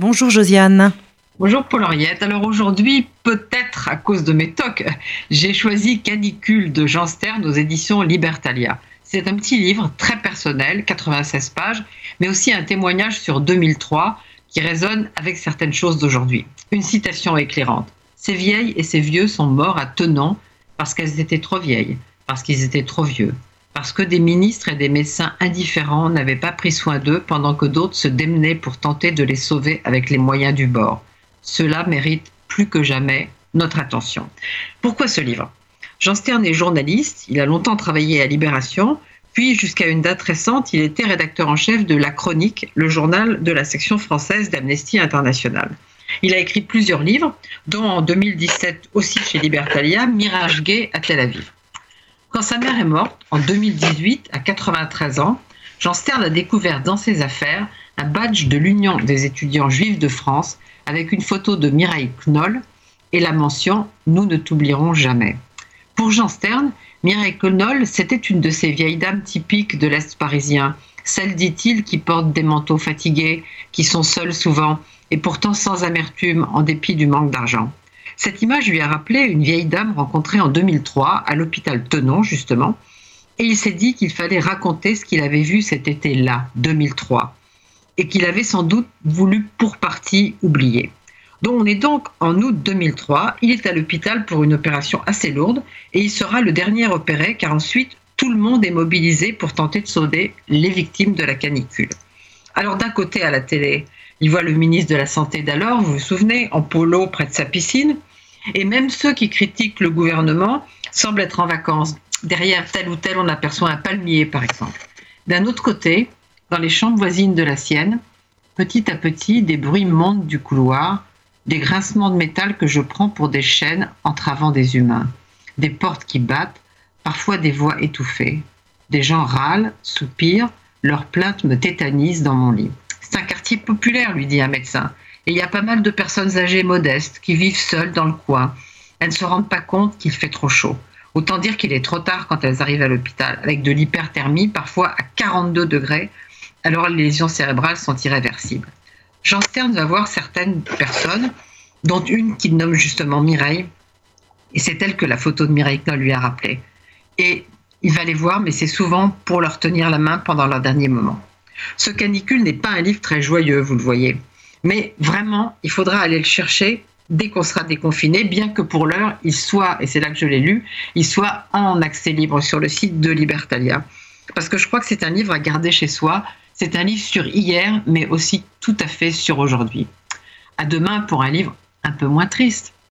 Bonjour Josiane. Bonjour Paul-Henriette. Alors aujourd'hui, peut-être à cause de mes tocs, j'ai choisi Canicule de Jean Stern aux éditions Libertalia. C'est un petit livre très personnel, 96 pages, mais aussi un témoignage sur 2003 qui résonne avec certaines choses d'aujourd'hui. Une citation éclairante. Ces vieilles et ces vieux sont morts à Tenon parce qu'elles étaient trop vieilles, parce qu'ils étaient trop vieux, parce que des ministres et des médecins indifférents n'avaient pas pris soin d'eux pendant que d'autres se démenaient pour tenter de les sauver avec les moyens du bord. Cela mérite plus que jamais notre attention. Pourquoi ce livre ? Jean Stern est journaliste, il a longtemps travaillé à Libération, puis jusqu'à une date récente, il était rédacteur en chef de La Chronique, le journal de la section française d'Amnesty International. Il a écrit plusieurs livres, dont en 2017 aussi chez Libertalia, Mirage gay à Tel Aviv. Quand sa mère est morte, en 2018, à 93 ans, Jean Stern a découvert dans ses affaires un badge de l'Union des étudiants juifs de France avec une photo de Mireille Knoll et la mention « Nous ne t'oublierons jamais ». Pour Jean Stern, Mireille Knoll, c'était une de ces vieilles dames typiques de l'Est parisien, celles, dit-il, qui portent des manteaux fatigués, qui sont seules souvent, et pourtant sans amertume en dépit du manque d'argent. Cette image lui a rappelé une vieille dame rencontrée en 2003 à l'hôpital Tenon, justement, et il s'est dit qu'il fallait raconter ce qu'il avait vu cet été-là, 2003, et qu'il avait sans doute voulu pour partie oublier. Donc on est donc en août 2003, il est à l'hôpital pour une opération assez lourde, et il sera le dernier opéré, car ensuite tout le monde est mobilisé pour tenter de sauver les victimes de la canicule. Alors d'un côté à la télé, il voit le ministre de la Santé d'alors, vous vous souvenez, en polo près de sa piscine, et même ceux qui critiquent le gouvernement semblent être en vacances. Derrière tel ou tel, on aperçoit un palmier, par exemple. D'un autre côté, dans les chambres voisines de la sienne, petit à petit, des bruits montent du couloir, des grincements de métal que je prends pour des chaînes entravant des humains, des portes qui battent, parfois des voix étouffées. Des gens râlent, soupirent, leurs plaintes me tétanisent dans mon lit. C'est un quartier populaire, lui dit un médecin, et il y a pas mal de personnes âgées modestes qui vivent seules dans le coin. Elles ne se rendent pas compte qu'il fait trop chaud. Autant dire qu'il est trop tard quand elles arrivent à l'hôpital, avec de l'hyperthermie, parfois à 42 degrés, alors les lésions cérébrales sont irréversibles. Jean Stern va voir certaines personnes, dont une qu'il nomme justement Mireille, et c'est elle que la photo de Mireille Knoll lui a rappelé. Et il va les voir, mais c'est souvent pour leur tenir la main pendant leur dernier moment. Ce Canicule n'est pas un livre très joyeux, vous le voyez, mais vraiment, il faudra aller le chercher dès qu'on sera déconfiné, bien que pour l'heure, il soit, et c'est là que je l'ai lu, il soit en accès libre sur le site de Libertalia. Parce que je crois que c'est un livre à garder chez soi. C'est un livre sur hier, mais aussi tout à fait sur aujourd'hui. À demain pour un livre un peu moins triste.